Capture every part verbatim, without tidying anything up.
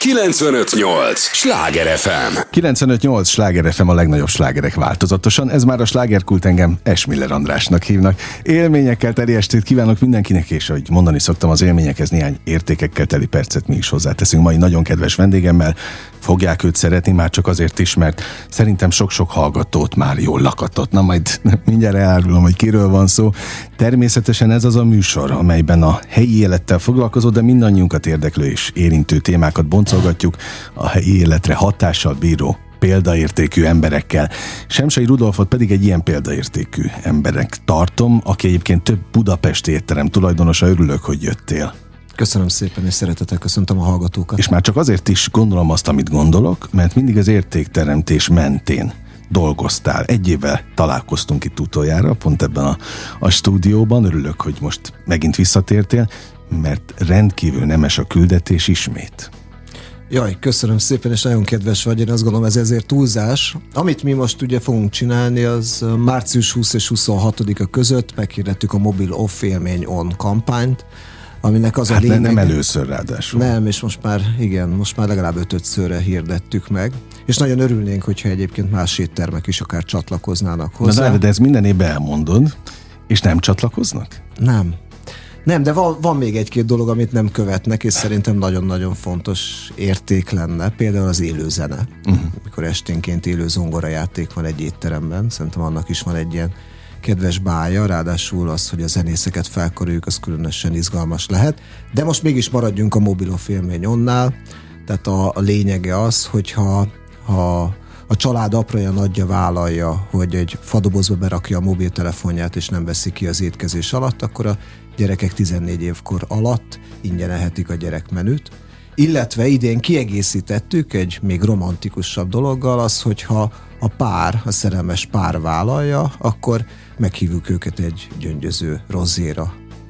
kilencvenöt nyolc Sláger ef em. kilencvenöt nyolc Sláger ef em, a legnagyobb slágerek változatosan. Ez már a slágerkult, engem Esmiller Andrásnak hívnak. Élményekkel teli estét kívánok mindenkinek, és ahogy mondani szoktam, az élményekhez néhány értékekkel teli percet mi is hozzáteszünk mai nagyon kedves vendégemmel. Fogják őt szeretni, már csak azért is, mert szerintem sok-sok hallgatót már jól lakatott. Na majd mindjárt elárulom, hogy kiről van szó. Természetesen ez az a műsor, amelyben a helyi élettel foglalkozó, de mindannyiunkat érdeklő és érintő témákat boncolgatjuk a helyi életre hatással bíró példaértékű emberekkel. Semsai Rudolfot pedig egy ilyen példaértékű emberek tartom, aki egyébként több budapesti étterem tulajdonosa. Örülök, hogy jöttél. Köszönöm szépen, és szeretettel köszöntöm a hallgatókat. És már csak azért is gondolom azt, amit gondolok, mert mindig az értékteremtés mentén dolgoztál. Egy évvel találkoztunk itt utoljára, pont ebben a, a stúdióban. Örülök, hogy most megint visszatértél, mert rendkívül nemes a küldetés ismét. Jaj, köszönöm szépen, és nagyon kedves vagy, én azt gondolom, ez ezért túlzás. Amit mi most ugye fogunk csinálni, az március huszadika és huszonhatodika között meghirdettük a Mobil Off Élmény On kampányt, aminek az hát a lényeg... nem először ráadásul. Nem, és most már, igen, most már legalább ötödszörre hirdettük meg, és nagyon örülnénk, hogyha egyébként más éttermek is akár csatlakoznának hozzá. Na de ez minden évben elmondod, és nem csatlakoznak? Nem. Nem, de van, van még egy-két dolog, amit nem követnek, és szerintem nagyon-nagyon fontos érték lenne. Például az élő zene. Uh-huh. Mikor esténként élő zongorajáték van egy étteremben, szerintem annak is van egy ilyen kedves bája, ráadásul az, hogy a zenészeket felkaroljuk, az különösen izgalmas lehet. De most mégis maradjunk a Mobil Off Élmény onnál. Tehát a, a lényege az, hogyha ha a család apraja nagyja vállalja, hogy egy fadobozba berakja a mobiltelefonját, és nem veszi ki az étkezés alatt, akkor a gyerekek tizennégy évkor alatt ingyen ehetik a gyerekmenüt. Illetve idén kiegészítettük egy még romantikusabb dologgal, az, hogyha a pár, a szerelmes pár vállalja, akkor meghívjuk őket egy gyöngyöző rozéra.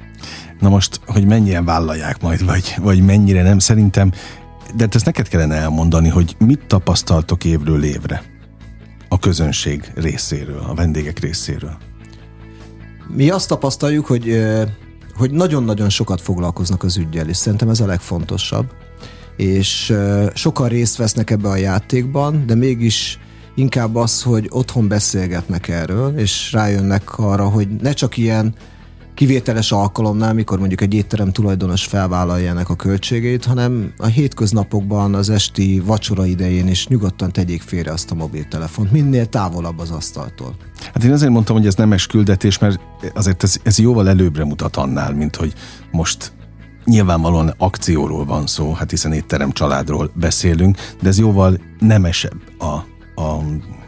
Na most, hogy mennyien vállalják majd, vagy, vagy mennyire nem, szerintem, de ezt neked kellene elmondani, hogy mit tapasztaltok évről évre a közönség részéről, a vendégek részéről. Mi azt tapasztaljuk, hogy, hogy nagyon-nagyon sokat foglalkoznak az üggyel, és szerintem ez a legfontosabb. És sokan részt vesznek ebbe a játékban, de mégis inkább az, hogy otthon beszélgetnek erről, és rájönnek arra, hogy ne csak ilyen kivételes alkalomnál, mikor mondjuk egy étterem tulajdonos felvállalja ennek a költségeit, hanem a hétköznapokban, az esti vacsora idején is nyugodtan tegyék félre azt a mobiltelefont, minél távolabb az asztaltól. Hát én azért mondtam, hogy ez nemes küldetés, mert azért ez, ez jóval előbbre mutat annál, mint hogy most nyilvánvalóan akcióról van szó, hát hiszen étterem családról beszélünk, de ez jóval nemesebb a, a,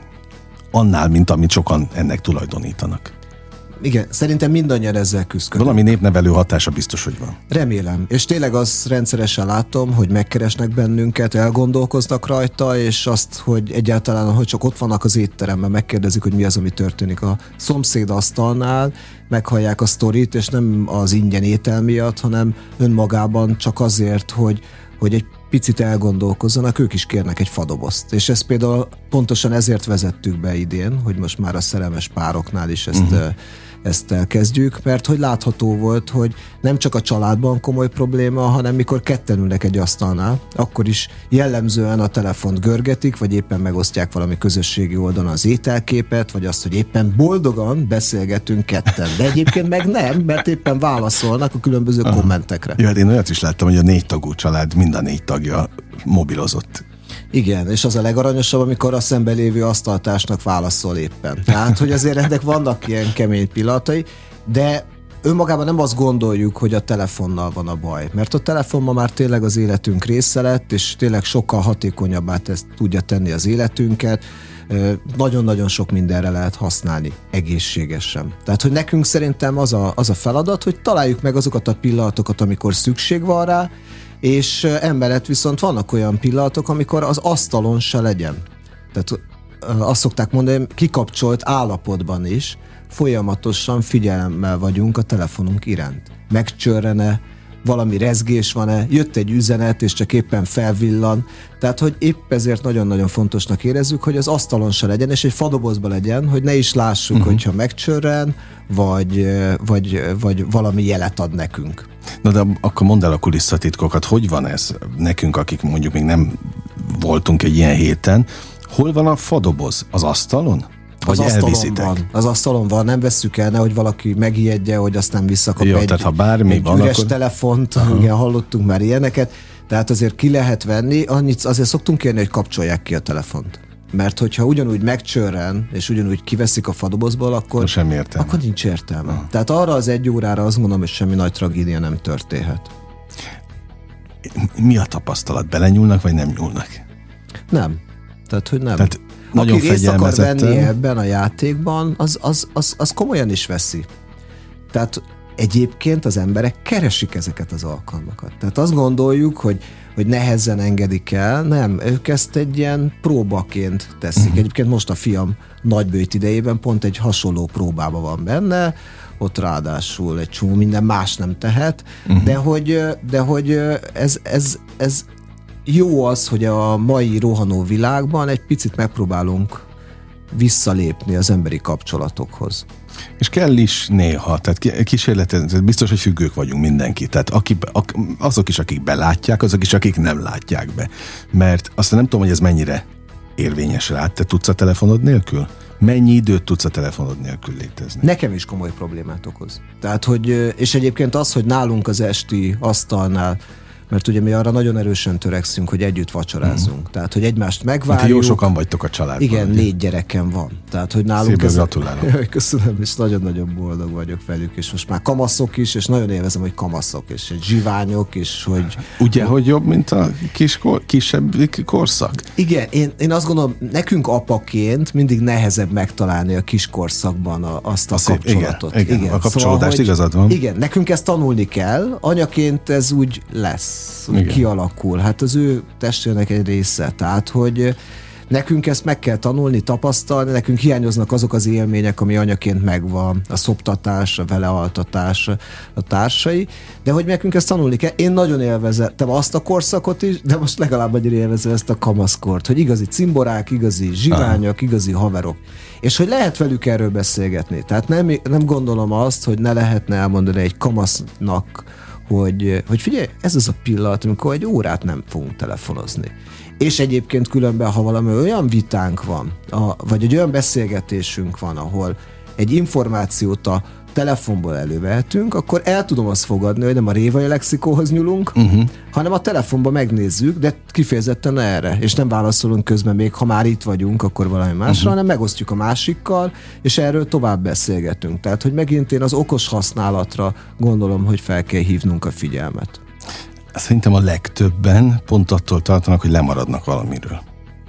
annál, mint amit sokan ennek tulajdonítanak. Igen, szerintem mindannyian ezzel küzdködünk. Valami népnevelő hatása biztos, hogy van. Remélem. És tényleg azt rendszeresen látom, hogy megkeresnek bennünket, elgondolkoznak rajta, és azt, hogy egyáltalán, hogy csak ott vannak az étteremben, megkérdezik, hogy mi az, ami történik a szomszéd asztalnál, meghallják a sztorit, és nem az ingyen étel miatt, hanem önmagában csak azért, hogy, hogy egy picit elgondolkozzanak, ők is kérnek egy fadobozt. És ezt például pontosan ezért vezettük be idén, hogy most már a szerelmes pároknál is ezt, uh-huh. ezt elkezdjük, mert hogy látható volt, hogy nem csak a családban komoly probléma, hanem mikor ketten ülnek egy asztalnál, akkor is jellemzően a telefont görgetik, vagy éppen megosztják valami közösségi oldalon az ételképet, vagy azt, hogy éppen boldogan beszélgetünk ketten. De egyébként meg nem, mert éppen válaszolnak a különböző uh-huh. kommentekre. Jó, hát én olyat is láttam, hogy a négy tagú család, mind a négy tagja mobilozott. Igen, és az a legaranyosabb, amikor a szemben lévő asztaltársnak válaszol éppen. Tehát, hogy azért ennek vannak ilyen kemény pillanatai, de önmagában nem azt gondoljuk, hogy a telefonnal van a baj, mert a telefon ma már tényleg az életünk része lett, és tényleg sokkal hatékonyabbá ezt tudja tenni az életünket, nagyon-nagyon sok mindenre lehet használni egészségesen. Tehát, hogy nekünk szerintem az a, az a feladat, hogy találjuk meg azokat a pillanatokat, amikor szükség van rá, és emellett viszont vannak olyan pillanatok, amikor az asztalon se legyen. Tehát azt szokták mondani, hogy kikapcsolt állapotban is folyamatosan figyelemmel vagyunk a telefonunk iránt. Megcsörrene valami rezgés van-e, jött egy üzenet, és csak éppen felvillan. Tehát, hogy épp ezért nagyon-nagyon fontosnak érezzük, hogy az asztalon se legyen, és egy fadobozba legyen, hogy ne is lássuk, uh-huh. hogyha megcsörren, vagy, vagy, vagy valami jelet ad nekünk. Na de akkor mondd el a kulisszatitkokat, hogy van ez nekünk, akik mondjuk még nem voltunk egy ilyen héten, hol van a fadoboz? Az asztalon? Vagy az asztalon elviszitek? van. Az asztalon van, nem vesszük el, nehogy valaki megijedje, hogy aztán visszakap Jó, egy, tehát, ha bármi egy van, üres akkor... telefont, uh-huh. igen, hallottunk már ilyeneket, tehát azért ki lehet venni, annyit azért szoktunk kérni, hogy kapcsolják ki a telefont. Mert hogyha ugyanúgy megcsörren, és ugyanúgy kiveszik a fadobozból, akkor, semmi értelme. akkor nincs értelme. Uh-huh. Tehát arra az egy órára azt gondolom, hogy semmi nagy tragédia nem történhet. Mi a tapasztalat? Belenyúlnak, vagy nem nyúlnak? Nem. Tehát, hogy nem. Tehát nagyon aki részt akar venni fegyelmezetten... ebben a játékban, az, az, az, az komolyan is veszi. Tehát egyébként az emberek keresik ezeket az alkalmakat. Tehát azt gondoljuk, hogy, hogy nehezen engedik el, nem, ők ezt egy ilyen próbaként teszik. Uh-huh. Egyébként most a fiam nagybőjt idejében pont egy hasonló próbában van benne, ott ráadásul egy csomó minden más nem tehet, uh-huh. de hogy, de hogy ez, ez, ez jó az, hogy a mai rohanó világban egy picit megpróbálunk visszalépni az emberi kapcsolatokhoz. És kell is néha, tehát kísérletezni, biztos, hogy függők vagyunk mindenki, tehát aki, azok is, akik belátják, azok is, akik nem látják be. Mert aztán nem tudom, hogy ez mennyire érvényes rá. Te tudsz a telefonod nélkül? Mennyi időt tudsz a telefonod nélkül létezni? Nekem is komoly problémát okoz. Tehát, hogy, és egyébként az, hogy nálunk az esti asztalnál, mert ugye mi arra nagyon erősen törekszünk, hogy együtt vacsorázzunk. Mm. Tehát, hogy egymást megvárjuk. Hát jó sokan vagytok a családban. Igen, ugye? Négy gyerekem van. Tehát, hogy nálunk... Szépen gratulálok. Köszönöm, és nagyon-nagyon boldog vagyok velük, és most már kamaszok is, és nagyon élvezem, hogy kamaszok, és zsiványok, és hogy... Ugye, hogy jobb, mint a kis kor, kisebb korszak? Igen, én, én azt gondolom, nekünk apaként mindig nehezebb megtalálni a kiskorszakban a, azt a, a kapcsolatot. Igen, igen, igen. a kapcsolódást, szóval, igazad van. Igen, nekünk ezt tanulni kell, anyaként ez úgy lesz. Úgy kialakul. Hát az ő testvének egy része. Tehát, hogy nekünk ezt meg kell tanulni, tapasztalni, nekünk hiányoznak azok az élmények, ami anyaként megvan, a szoptatás, a velealtatás, a társai, de hogy nekünk ezt tanulni kell. Én nagyon élvezem azt a korszakot is, de most legalább annyira élvezem ezt a kamaszkort, hogy igazi cimborák, igazi zsiványok, igazi haverok. És hogy lehet velük erről beszélgetni. Tehát nem, nem gondolom azt, hogy ne lehetne elmondani egy kamasznak, hogy, hogy figyelj, ez az a pillanat, amikor egy órát nem fogunk telefonozni. És egyébként különben, ha valami olyan vitánk van, a, vagy egy olyan beszélgetésünk van, ahol egy információt a telefonból elővehetünk, akkor el tudom azt fogadni, hogy nem a révai lexikóhoz nyúlunk, uh-huh. hanem a telefonba megnézzük, de kifejezetten erre, és nem válaszolunk közben még, ha már itt vagyunk, akkor valami másra, uh-huh. hanem megosztjuk a másikkal, és erről tovább beszélgetünk. Tehát, hogy megint én az okos használatra gondolom, hogy fel kell hívnunk a figyelmet. Szerintem a legtöbben pont attól tartanak, hogy lemaradnak valamiről.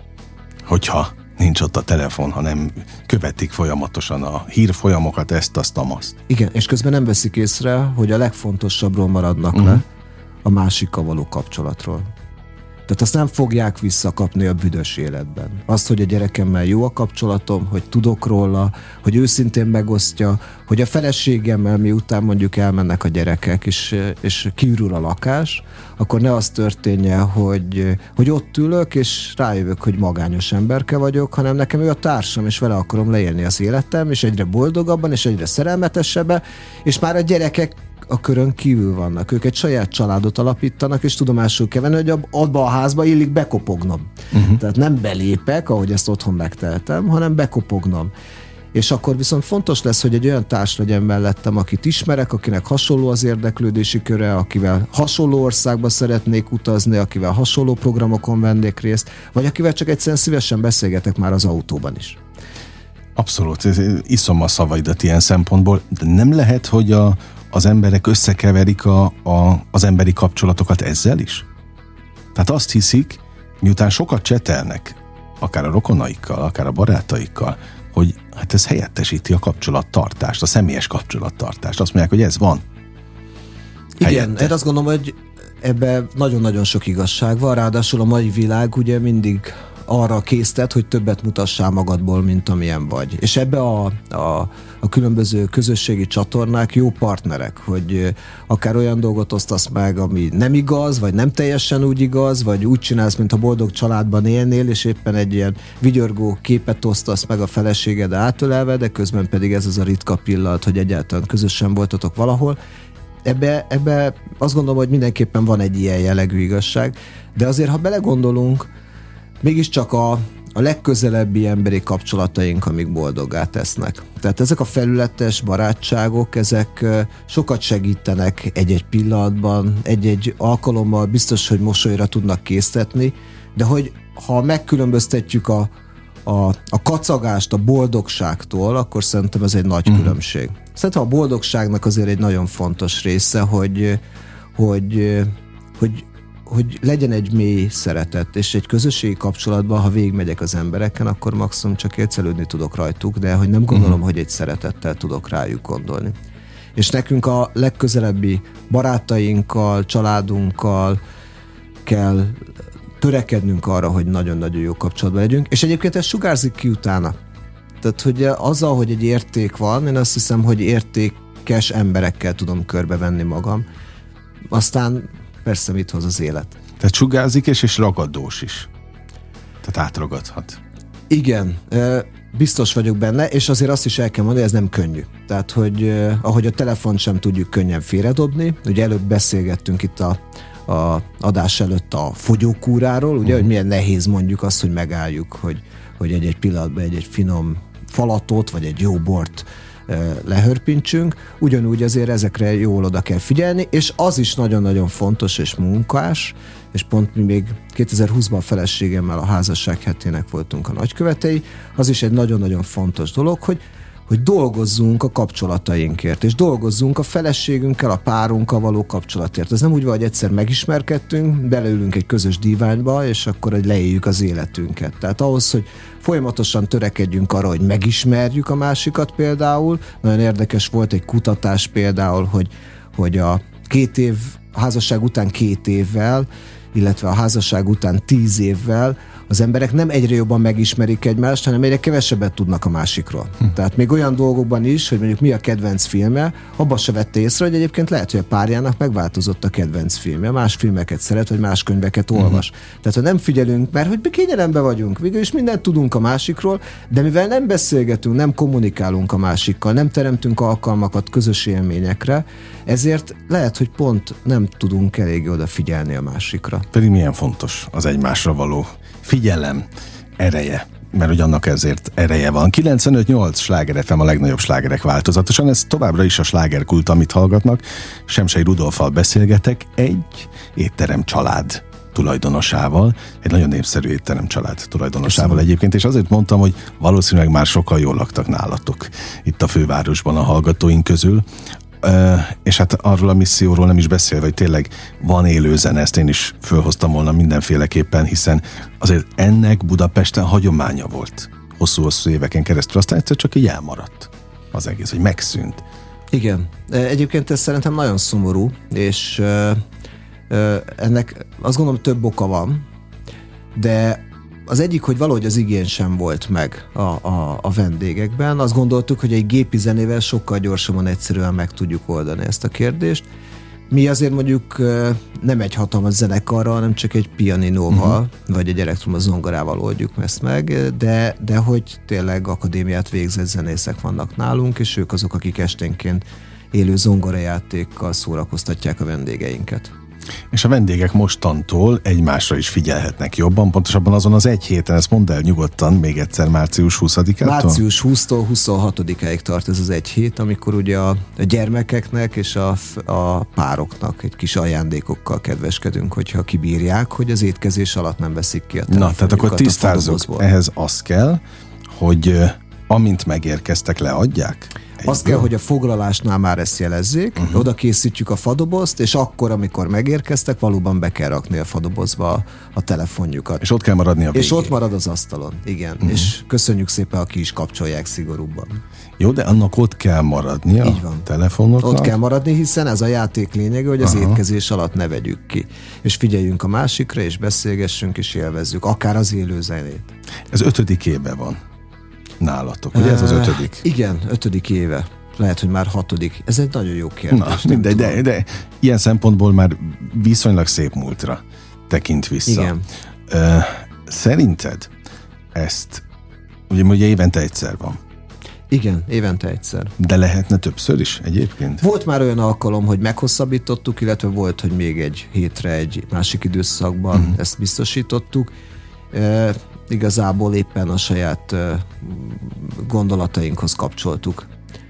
Hogyha nincs ott a telefon, hanem követik folyamatosan a hírfolyamokat, ezt, azt, amazt. Igen, és közben nem veszik észre, hogy a legfontosabbról maradnak uh-huh. le, a másikkal való kapcsolatról. Tehát azt nem fogják visszakapni a büdös életben. Azt, hogy a gyerekemmel jó a kapcsolatom, hogy tudok róla, hogy őszintén megosztja, hogy a feleségemmel miután mondjuk elmennek a gyerekek, és, és kiürül a lakás, akkor ne az történjen, hogy, hogy ott ülök, és rájövök, hogy magányos emberke vagyok, hanem nekem ő a társam, és vele akarom leélni az életem, és egyre boldogabban, és egyre szerelmetesebben, és már a gyerekek a körön kívül vannak. Ők egy saját családot alapítanak, és tudomásul kell venni, hogy abba a házba illik bekopognom. Uh-huh. Tehát nem belépek, ahogy ezt otthon megteltem, hanem bekopognom. És akkor viszont fontos lesz, hogy egy olyan társ legyen mellettem, akit ismerek, akinek hasonló az érdeklődési köre, akivel hasonló országba szeretnék utazni, akivel hasonló programokon vennék részt, vagy akivel csak egyszerűen szívesen beszélgetek már az autóban is. Abszolút, iszom a szavaidat ilyen szempontból, de nem lehet, hogy a az emberek összekeverik a, a, az emberi kapcsolatokat ezzel is? Tehát azt hiszik, miután sokat csetelnek, akár a rokonaikkal, akár a barátaikkal, hogy hát ez helyettesíti a kapcsolattartást, a személyes kapcsolattartást. Azt mondják, hogy ez van. Igen, én azt gondolom, hogy ebben nagyon-nagyon sok igazság van, ráadásul a mai világ ugye mindig arra késztet, hogy többet mutassál magadból, mint amilyen vagy. És ebbe a, a, a különböző közösségi csatornák jó partnerek, hogy akár olyan dolgot osztasz meg, ami nem igaz, vagy nem teljesen úgy igaz, vagy úgy csinálsz, mint a boldog családban élnél, és éppen egy ilyen vigyorgó képet osztasz meg a feleséged átölelve, de közben pedig ez az a ritka pillanat, hogy egyáltalán közösen voltatok valahol. Ebbe, ebbe azt gondolom, hogy mindenképpen van egy ilyen jellegű igazság, de azért, ha belegondolunk, mégiscsak a, a legközelebbi emberi kapcsolataink, amik boldoggá tesznek. Tehát ezek a felületes barátságok, ezek sokat segítenek egy-egy pillanatban, egy-egy alkalommal biztos, hogy mosolyra tudnak késztetni, de hogy ha megkülönböztetjük a, a, a kacagást a boldogságtól, akkor szerintem ez egy nagy mm. különbség. Szerintem a boldogságnak azért egy nagyon fontos része, hogy, hogy, hogy, hogy legyen egy mély szeretet, és egy közösségi kapcsolatban, ha végigmegyek az embereken, akkor maximum csak ércelődni tudok rajtuk, de hogy nem gondolom, uh-huh. hogy egy szeretettel tudok rájuk gondolni. És nekünk a legközelebbi barátainkkal, családunkkal kell törekednünk arra, hogy nagyon-nagyon jó kapcsolatban legyünk, és egyébként ez sugárzik ki utána. Tehát, hogy azzal, hogy egy érték van, én azt hiszem, hogy értékes emberekkel tudom körbevenni magam. Aztán persze mit hoz az élet. Tehát sugárzik és, és ragadós is. Tehát átragadhat. Igen, biztos vagyok benne, és azért azt is el kell mondani, ez nem könnyű. Tehát, hogy ahogy a telefont sem tudjuk könnyen félredobni, ugye előbb beszélgettünk itt a, a adás előtt a fogyókúráról, ugye, uh-huh. hogy milyen nehéz mondjuk azt, hogy megálljuk, hogy, hogy egy-egy pillanatban egy-egy finom falatot, vagy egy jó bort lehörpintsünk, ugyanúgy azért ezekre jól oda kell figyelni, és az is nagyon-nagyon fontos és munkás, és pont mi még kétezer-húszban a feleségemmel a házasság hetének voltunk a nagykövetei, az is egy nagyon-nagyon fontos dolog, hogy hogy dolgozzunk a kapcsolatainkért, és dolgozzunk a feleségünkkel, a párunkkal való kapcsolatért. Ez nem úgy van, hogy egyszer megismerkedtünk, beleülünk egy közös díványba, és akkor hogy leéljük az életünket. Tehát ahhoz, hogy folyamatosan törekedjünk arra, hogy megismerjük a másikat például. Nagyon érdekes volt egy kutatás például, hogy, hogy a két év, a házasság után két évvel, illetve a házasság után tíz évvel az emberek nem egyre jobban megismerik egymást, hanem egyre kevesebbet tudnak a másikról. Hm. Tehát még olyan dolgokban is, hogy mondjuk mi a kedvenc filme, abban se vette észre, hogy egyébként lehet, hogy a párjának megváltozott a kedvenc filmje, más filmeket szeret, vagy más könyveket olvas. Hm. Tehát ha nem figyelünk, mert hogy kényelemben vagyunk, végül is mindent tudunk a másikról, de mivel nem beszélgetünk, nem kommunikálunk a másikkal, nem teremtünk alkalmakat közös élményekre, ezért lehet, hogy pont nem tudunk elég odafigyelni a másikra. Pedig milyen fontos az egymásra való figyelem ereje, mert hogy annak ezért ereje van. kilencvenöt nyolc Sláger ef em a legnagyobb slágerek változatosan, ez továbbra is a slágerkult, amit hallgatnak. Semsei Rudolffal beszélgetek, egy étterem család tulajdonosával, egy nagyon népszerű étterem család tulajdonosával Köszönöm. Egyébként, és azért mondtam, hogy valószínűleg már sokkal jól laktak nálatok itt a fővárosban a hallgatóink közül. Uh, és hát arról a misszióról nem is beszélve, hogy tényleg van élő zene, ezt én is fölhoztam volna mindenféleképpen, hiszen azért ennek Budapesten hagyománya volt hosszú-hosszú éveken keresztül, aztán egyszer csak így elmaradt az egész, hogy megszűnt. Igen. Egyébként ez szerintem nagyon szomorú, és uh, uh, ennek azt gondolom több oka van, de az egyik, hogy valahogy az igény sem volt meg a, a, a vendégekben. Azt gondoltuk, hogy egy gépi zenével sokkal gyorsabban, egyszerűen meg tudjuk oldani ezt a kérdést. Mi azért mondjuk nem egy hatalmas zenekarral, hanem csak egy pianinóval, uh-huh. vagy egy elektromos zongorával oldjuk ezt meg, de, de hogy tényleg akadémiát végzett zenészek vannak nálunk, és ők azok, akik esténként élő zongorajátékkal szórakoztatják a vendégeinket. És a vendégek mostantól egymásra is figyelhetnek jobban, pontosabban azon az egy héten, ezt mondd el nyugodtan, még egyszer március huszadikától? március huszadikától huszonhatodikáig tart ez az egy hét, amikor ugye a, a gyermekeknek és a, a pároknak egy kis ajándékokkal kedveskedünk, hogyha kibírják, hogy az étkezés alatt nem veszik ki a telefonjukat. Na, tehát akkor tisztázzuk, ehhez az kell, hogy amint megérkeztek, leadják? Egyből? Azt kell, hogy a foglalásnál már ezt jelezzék, uh-huh. oda készítjük a fadobozt, és akkor, amikor megérkeztek, valóban be kell rakni a fadobozba a, a telefonjukat. És ott kell maradni a végén. És ott marad az asztalon, igen. Uh-huh. És köszönjük szépen, ha ki is kapcsolják szigorúbban. Jó, de annak ott kell maradni a telefonoknak? Ott kell maradni, hiszen ez a játék lényege, hogy az Aha. étkezés alatt ne vegyük ki. És figyeljünk a másikra, és beszélgessünk, és élvezzük, akár az élő zenét. Ez ötödik éve van nálatok, ugye ez az ötödik? Uh, igen, ötödik éve. Lehet, hogy már hatodik. Ez egy nagyon jó kérdés. Na, mindegy, de, de ilyen szempontból már viszonylag szép múltra tekint vissza. Igen. Uh, szerinted ezt, ugye, ugye évente egyszer van. Igen, évente egyszer. De lehetne többször is egyébként? Volt már olyan alkalom, hogy meghosszabbítottuk, illetve volt, hogy még egy hétre, egy másik időszakban uh-huh. ezt biztosítottuk. Uh, igazából éppen a saját uh, gondolatainkhoz kapcsoltuk.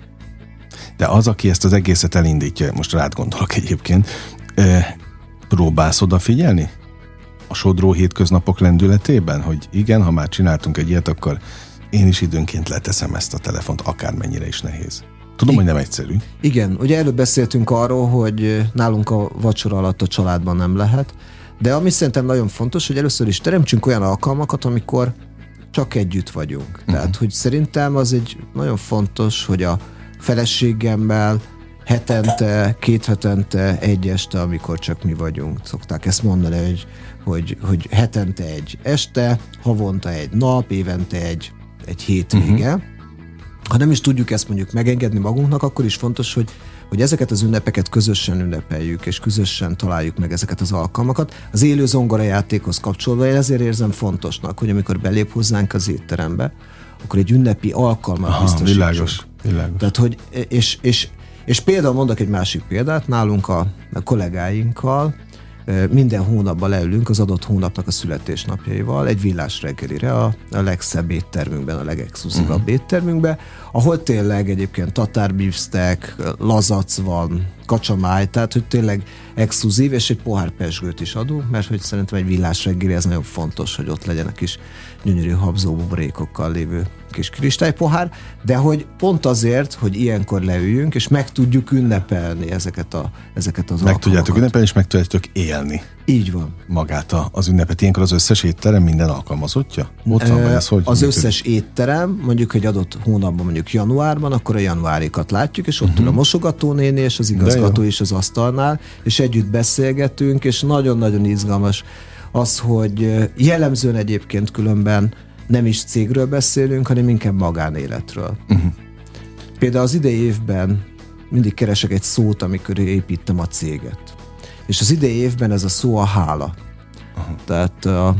De az, aki ezt az egészet elindítja, most rád gondolok egyébként, uh, próbálsz odafigyelni? A sodró hétköznapok lendületében, hogy igen, ha már csináltunk egy ilyet, akkor én is időnként leteszem ezt a telefont, akármennyire is nehéz. Tudom, I- hogy nem egyszerű. Igen, ugye előbb beszéltünk arról, hogy nálunk a vacsora alatt a családban nem lehet, de ami szerintem nagyon fontos, hogy először is teremtsünk olyan alkalmakat, amikor csak együtt vagyunk. Uh-huh. Tehát, hogy szerintem az egy nagyon fontos, hogy a feleségemmel hetente, két hetente, egy este, amikor csak mi vagyunk. Szokták ezt mondani, hogy, hogy, hogy hetente egy este, havonta egy nap, évente egy, egy hétvége. Uh-huh. Ha nem is tudjuk ezt mondjuk megengedni magunknak, akkor is fontos, hogy, hogy ezeket az ünnepeket közösen ünnepeljük, és közösen találjuk meg ezeket az alkalmakat. Az élő zongorajátékhoz kapcsolva én ezért érzem fontosnak, hogy amikor belép hozzánk az étterembe, akkor egy ünnepi alkalmat Aha, biztosítsunk. Világos, világos. Tehát, hogy, és, és, és például mondok egy másik példát, nálunk a, a kollégáinkkal minden hónapban leülünk az adott hónapnak a születésnapjaival egy villás reggelire a, a legszebb éttermünkben, a legexkluzívabb uh-huh. éttermünkben, ahol tényleg egyébként tatárbifsztek, lazac van, kacsamáj, tehát hogy tényleg exkluzív, és egy pohár pezsgőt is adunk, mert hogy szerintem egy villás reggeli ez nagyon fontos, hogy ott legyen a kis gyönyörű habzó buborékokkal lévő kis kristálypohár, de hogy pont azért, hogy ilyenkor leüljünk, és meg tudjuk ünnepelni ezeket, a, ezeket az alkalmakat. Meg tudjátok ünnepelni, és meg tudjátok élni. Így van. Magát a, az ünnepet. Ilyenkor az összes étterem minden alkalmazottja? Ott van, vagy ez hogy? Az összes étterem, mondjuk egy adott hónapban, mondjuk januárban, akkor a januárikat látjuk, és ott uh-huh. ül a mosogatónéni, és az igazgató is az asztalnál, és együtt beszélgetünk, és nagyon-nagyon izgalmas az, hogy jellemzően egyébként különben nem is cégről beszélünk, hanem inkább magánéletről. Uh-huh. Például az idei évben mindig keresek egy szót, amikor építem a céget. És az idei évben ez a szó a hála. Uh-huh. Tehát uh,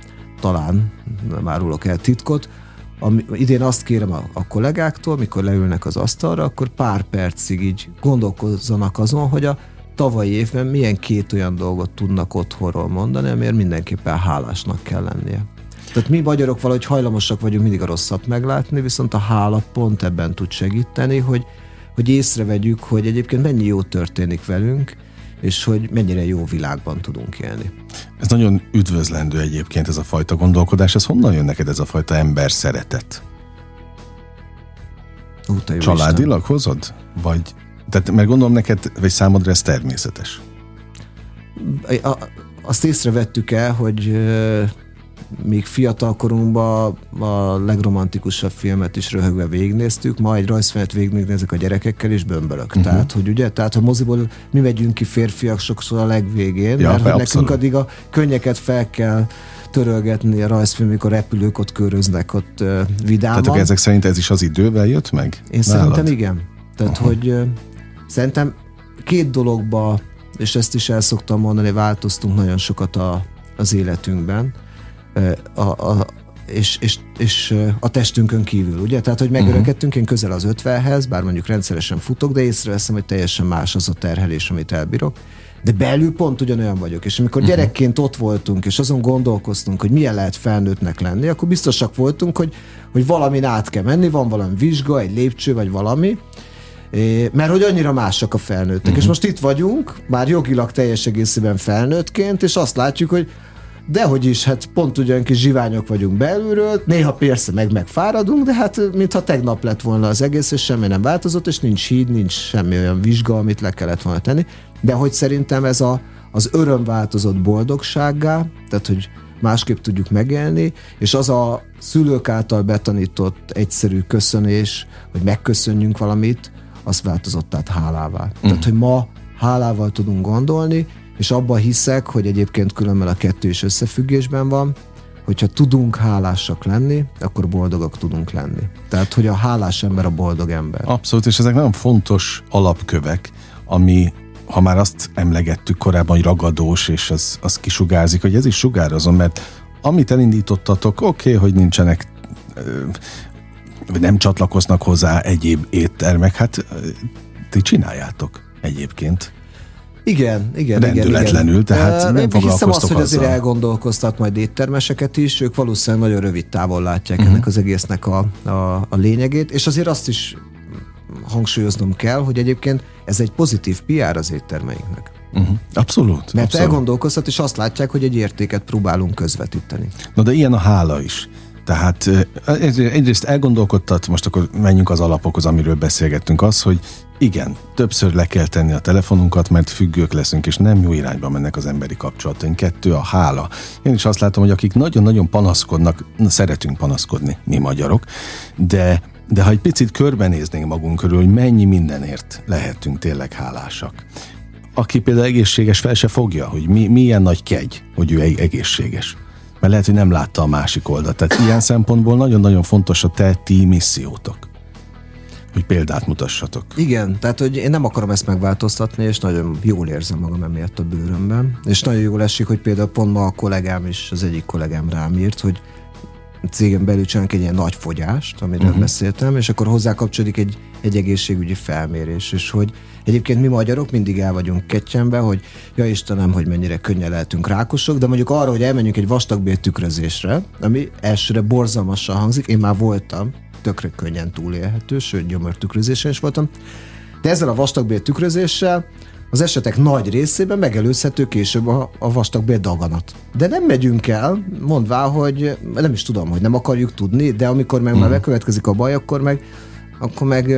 talán, nem árulok el titkot, ami, idén azt kérem a, a kollégáktól, mikor leülnek az asztalra, akkor pár percig így gondolkozzanak azon, hogy a tavalyi évben milyen két olyan dolgot tudnak otthonról mondani, amiért mindenképpen hálásnak kell lennie. Tehát mi magyarok valahogy hajlamosak vagyunk mindig a rosszat meglátni, viszont a hála pont ebben tud segíteni, hogy, hogy észrevegyük, hogy egyébként mennyi jó történik velünk, és hogy mennyire jó világban tudunk élni. Ez nagyon üdvözlendő egyébként ez a fajta gondolkodás. Ez honnan jön neked ez a fajta ember szeretet? Ó, családilag Isten. Hozod? Vagy, tehát, mert gondolom neked, vagy számodra ez természetes? A, azt észrevettük el, hogy még fiatal korunkban a legromantikusabb filmet is röhögve végignéztük, ma egy rajzfilmet végignézek a gyerekekkel, és bömbölök. Uh-huh. Tehát, hogy ugye, tehát a moziból mi megyünk ki férfiak sokszor a legvégén, ja, mert hogy nekünk addig a könnyeket fel kell törölgetni a rajzfilm, mikor repülők ott köröznek ott uh, vidáman. Tehát ezek szerint ez is az idővel jött meg? Én nálad? Szerintem igen. Tehát, uh-huh. hogy uh, szerintem két dologba, és ezt is el szoktam mondani, változtunk nagyon sokat a, az életünkben, A, a, és, és, és a testünkön kívül, ugye? Tehát, hogy megörekedtünk, én közel az ötvenhez, bár mondjuk rendszeresen futok, de észreveszem, hogy teljesen más az a terhelés, amit elbírok, de belül pont ugyanolyan vagyok, és amikor uh-huh. gyerekként ott voltunk, és azon gondolkoztunk, hogy milyen lehet felnőttnek lenni, akkor biztosak voltunk, hogy, hogy valamin át kell menni, van valami vizsga, egy lépcső, vagy valami, mert hogy annyira másak a felnőttek. Uh-huh. És most itt vagyunk, már jogilag teljes egészében felnőttként, és azt látjuk, hogy dehogy is, hát pont ugyan kis zsiványok vagyunk belülről, néha persze meg megfáradunk, de hát mintha tegnap lett volna az egész, és semmi nem változott, és nincs híd, nincs semmi olyan vizsga, amit le kellett volna tenni. De hogy szerintem ez a, az öröm változott boldogsággá, tehát hogy másképp tudjuk megélni, és az a szülők által betanított egyszerű köszönés, hogy megköszönjünk valamit, az változott át hálává. Mm. Tehát, hogy ma hálával tudunk gondolni, és abban hiszek, hogy egyébként különben a kettő is összefüggésben van, hogyha tudunk hálásak lenni, akkor boldogak tudunk lenni. Tehát, hogy a hálás ember a boldog ember. Abszolút, és ezek nagyon fontos alapkövek, ami, ha már azt emlegettük korábban, hogy ragadós, és az, az kisugárzik, hogy ez is sugározom, mert amit elindítottatok, oké, okay, hogy nincsenek, vagy nem csatlakoznak hozzá egyéb éttermek, hát ti csináljátok egyébként. Igen, igen, rendületlenül, igen. tehát uh, nem foglalkoztok hiszem azt, hogy azért azzal. elgondolkoztat majd éttermeseket is, ők valószínűleg nagyon rövid távon látják uh-huh. ennek az egésznek a, a, a lényegét, és azért azt is hangsúlyoznom kell, hogy egyébként ez egy pozitív pé er az éttermeinknek. Uh-huh. Abszolút. Mert abszolút. elgondolkoztat, és azt látják, hogy egy értéket próbálunk közvetíteni. Na de ilyen a hála is. Tehát egyrészt elgondolkodtat, most akkor menjünk az alapokhoz, amiről beszélgettünk, az, hogy igen, többször le kell tenni a telefonunkat, mert függők leszünk, és nem jó irányba mennek az emberi kapcsolataink. Kettő, a hála. Én is azt látom, hogy akik nagyon-nagyon panaszkodnak, na, szeretünk panaszkodni, mi magyarok, de, de ha egy picit körbenéznénk magunk körül, hogy mennyi mindenért lehetünk tényleg hálásak. Aki például egészséges, fel se fogja, hogy mi, milyen nagy kegy, hogy ő egészséges. Mert lehet, hogy nem látta a másik oldalt. Tehát ilyen szempontból nagyon-nagyon fontos a te ti missziótok, hogy példát mutassatok. Igen, tehát hogy én nem akarom ezt megváltoztatni, és nagyon jól érzem magam emiatt a bőrömben. És nagyon jól esik, hogy például pont ma a kollégám is, az egyik kollégám rám írt, hogy cégem belül csinálunk egy ilyen nagy fogyást, amiről uh-huh. beszéltem, és akkor hozzá kapcsolódik egy, egy egészségügyi felmérés, és hogy egyébként mi magyarok mindig el vagyunk kettyenbe, hogy ja Istenem, hogy mennyire könnyen lehetünk rákosok, de mondjuk arra, hogy elmenjünk egy vastagbél tükrözésre, ami elsőre borzalmasan hangzik, én már voltam, tökre könnyen túlélhető, sőt gyomortükrözésen is voltam, de ezzel a vastagbél tükrözéssel az esetek nagy részében megelőzhető később a, a vastagbél daganat. De nem megyünk el, mondvá, hogy nem is tudom, hogy nem akarjuk tudni, de amikor meg mm. már bekövetkezik a baj, akkor meg, akkor meg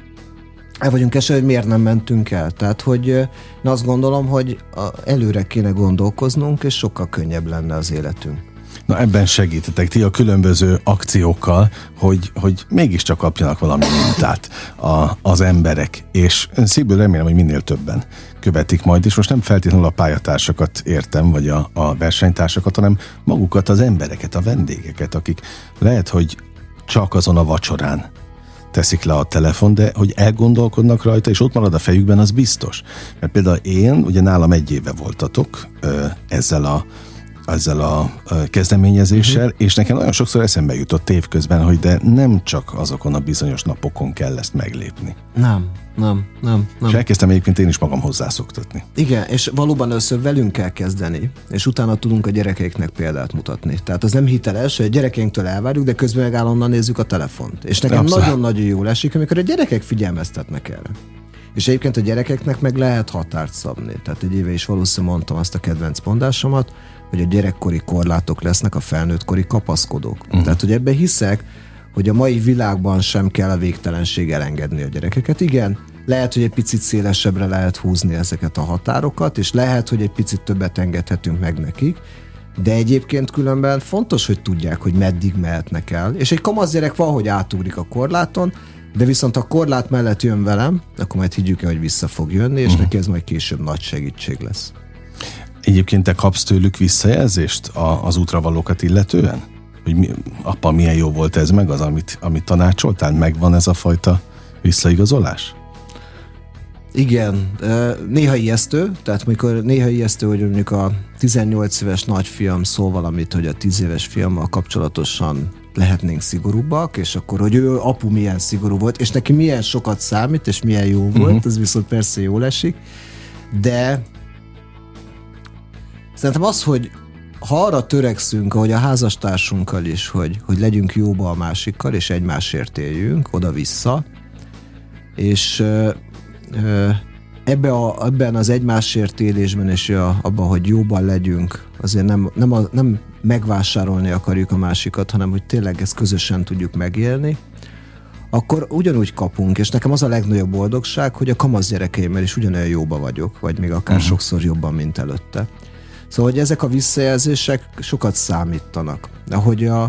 el vagyunk esetleg, hogy miért nem mentünk el. Tehát, hogy én azt gondolom, hogy előre kéne gondolkoznunk, és sokkal könnyebb lenne az életünk. Na ebben segítetek ti a különböző akciókkal, hogy, hogy mégiscsak kapjanak valami mintát a, az emberek, és szívből remélem, hogy minél többen követik majd, és most nem feltétlenül a pályatársakat értem, vagy a, a versenytársakat, hanem magukat, az embereket, a vendégeket, akik lehet, hogy csak azon a vacsorán teszik le a telefon, de hogy elgondolkodnak rajta, és ott marad a fejükben, az biztos. Mert például én, ugye nálam egy éve voltatok ezzel a ezzel a kezdeményezéssel, uh-huh. és nekem nagyon sokszor eszembe jutott évközben, hogy de nem csak azokon a bizonyos napokon kell ezt meglépni. Nem, nem, nem. nem. És elkezdtem egyébként én is magam hozzászoktatni. Igen, és valóban először velünk kell kezdeni, és utána tudunk a gyerekeiknek példát mutatni. Tehát az nem hiteles, hogy a gyerekeinktől elvárjuk, de közben meg állandóan nézzük a telefont. És nekem Abszolút. nagyon-nagyon jól esik, amikor a gyerekek figyelmeztetnek erre. És egyébként a gyerekeknek meg lehet határt szabni. Tehát egy éve is valószínűleg mondtam azt a kedvenc mondásomat, hogy a gyerekkori korlátok lesznek a felnőttkori kapaszkodók. Uh-huh. Tehát, hogy ebben hiszek, hogy a mai világban sem kell a végtelenség elengedni a gyerekeket. Igen, lehet, hogy egy picit szélesebbre lehet húzni ezeket a határokat, és lehet, hogy egy picit többet engedhetünk meg nekik, de egyébként különben fontos, hogy tudják, hogy meddig mehetnek el. És egy kamasz gyerek valahogy átugrik a korláton, de viszont a korlát mellett jön velem, akkor majd higgyük el, hogy vissza fog jönni, és uh-huh. neki ez majd később nagy segítség lesz. Egyébként te kapsz tőlük visszajelzést a, az útravalókat illetően? Hogy mi, apa, milyen jó volt ez meg az, amit, amit tanácsoltál? Megvan ez a fajta visszaigazolás? Igen, néha ijesztő, tehát amikor néha ijesztő, hogy mondjuk a tizennyolc éves nagyfiam szól valamit, hogy a tíz éves fiammal kapcsolatosan lehetnénk szigorúbbak, és akkor, hogy ő apu milyen szigorú volt, és neki milyen sokat számít, és milyen jó volt, uh-huh. ez viszont persze jól esik, de szerintem az, hogy ha arra törekszünk, ahogy a házastársunkkal is, hogy, hogy legyünk jóba a másikkal, és egymásért éljünk, oda-vissza, és ö, ö, ebbe a, ebben az egymásért élésben és a, abban, hogy jóban legyünk, azért nem, nem, a, nem megvásárolni akarjuk a másikat, hanem hogy tényleg ezt közösen tudjuk megélni, akkor ugyanúgy kapunk, és nekem az a legnagyobb boldogság, hogy a kamasz gyerekeimmel is ugyanolyan jóba vagyok, vagy még akár uh-huh. sokszor jobban, mint előtte. Szóval, hogy ezek a visszajelzések sokat számítanak. De hogy a,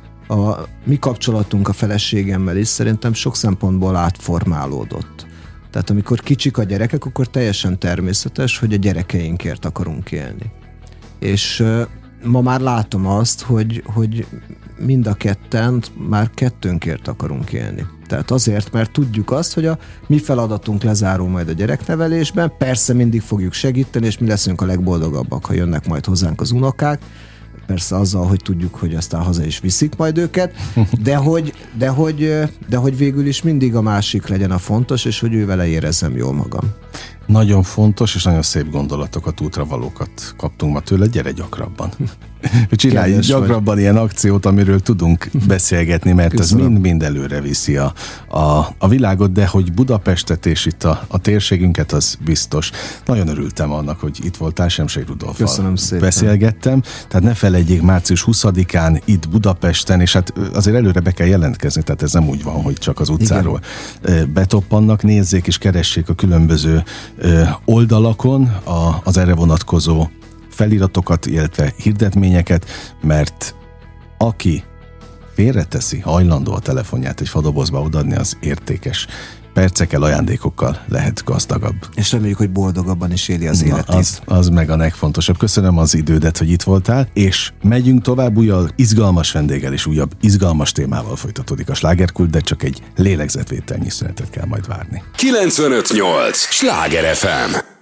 a mi kapcsolatunk a feleségemmel is szerintem sok szempontból átformálódott. Tehát amikor kicsik a gyerekek, akkor teljesen természetes, hogy a gyerekeinkért akarunk élni. És uh, ma már látom azt, hogy, hogy mind a ketten már kettőnkért akarunk élni. Tehát azért, mert tudjuk azt, hogy a mi feladatunk lezárul majd a gyereknevelésben, persze mindig fogjuk segíteni, és mi leszünk a legboldogabbak, ha jönnek majd hozzánk az unokák, persze azzal, hogy tudjuk, hogy aztán haza is viszik majd őket, de hogy, de hogy, de hogy végül is mindig a másik legyen a fontos, és hogy ő vele érezzem jól magam. Nagyon fontos és nagyon szép gondolatokat, útravalókat kaptunk ma tőle, gyere gyakrabban. Csinálj Kedves gyakrabban vagy. Ilyen akciót, amiről tudunk beszélgetni, mert Köszönöm. ez mind-mind előre viszi a, a, a világot, de hogy Budapestet és itt a, a térségünket, az biztos. Nagyon örültem annak, hogy itt voltál, Semsey Rudolffal beszélgettem. Tehát ne felejtjék, március huszadikán itt Budapesten, és hát azért előre be kell jelentkezni, tehát ez nem úgy van, hogy csak az utcáról Igen. betoppannak. Nézzék és keressék a különböző oldalakon a, az erre vonatkozó feliratokat, illetve hirdetményeket, mert aki félreteszi, hajlandó a telefonját egy fadobozba odaadni, az értékes percekkel, ajándékokkal lehet gazdagabb. És reméljük, hogy boldogabban is éli az életét. Az, az meg a legfontosabb. Köszönöm az idődet, hogy itt voltál, és megyünk tovább, újabb izgalmas vendéggel és újabb izgalmas témával folytatódik a Slágerkult, de csak egy lélegzetvételnyi szünetet kell majd várni. kilencvenöt nyolc Sláger ef em